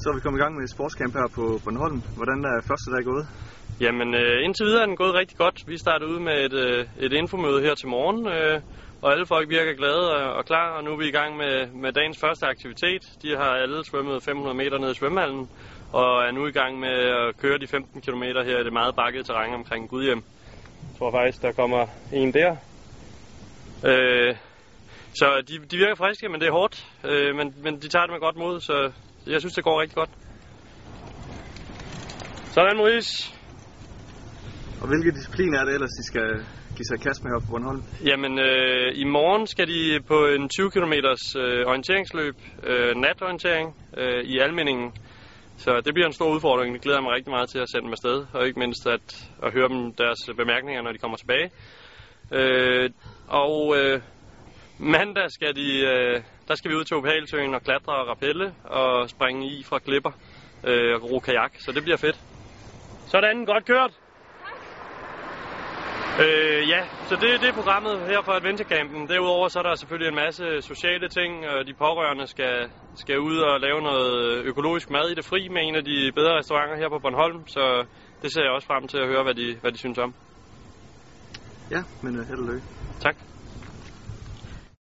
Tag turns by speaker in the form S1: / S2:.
S1: Så er vi kommet i gang med sportscamp her på Bornholm. Hvordan er første dag gået?
S2: Jamen indtil videre er den gået rigtig godt. Vi startede ud med et infomøde her til morgen, og alle folk virker glade og klar, og nu er vi i gang med dagens første aktivitet. De har alle svømmet 500 meter ned i svømmehallen, og er nu i gang med at køre de 15 km her i det meget bakkede terræn omkring Gudhjem. Jeg tror faktisk, der kommer en der. Så de virker friske, men det er hårdt, men de tager det med godt mod, så jeg synes, det går rigtig godt. Sådan, Maurice.
S1: Og hvilke discipliner er det ellers, de skal give sig kast med her på Bornholm?
S2: Jamen, i morgen skal de på en 20 km orienteringsløb, natorientering i Almindingen. Så det bliver en stor udfordring. Det glæder jeg mig rigtig meget til at sende dem afsted, og ikke mindst at høre dem deres bemærkninger, når de kommer tilbage. Mandag skal vi ud til Opalsøen og klatre og rappelle og springe i fra klipper og ro kajak, så det bliver fedt. Sådan, godt kørt! Så det er programmet her for Adventurecampen. Derudover så er der selvfølgelig en masse sociale ting, og de pårørende skal ud og lave noget økologisk mad i det fri med en af de bedre restauranter her på Bornholm, så det ser jeg også frem til at høre, hvad de synes om.
S1: Ja, men held og lykke.
S2: Tak.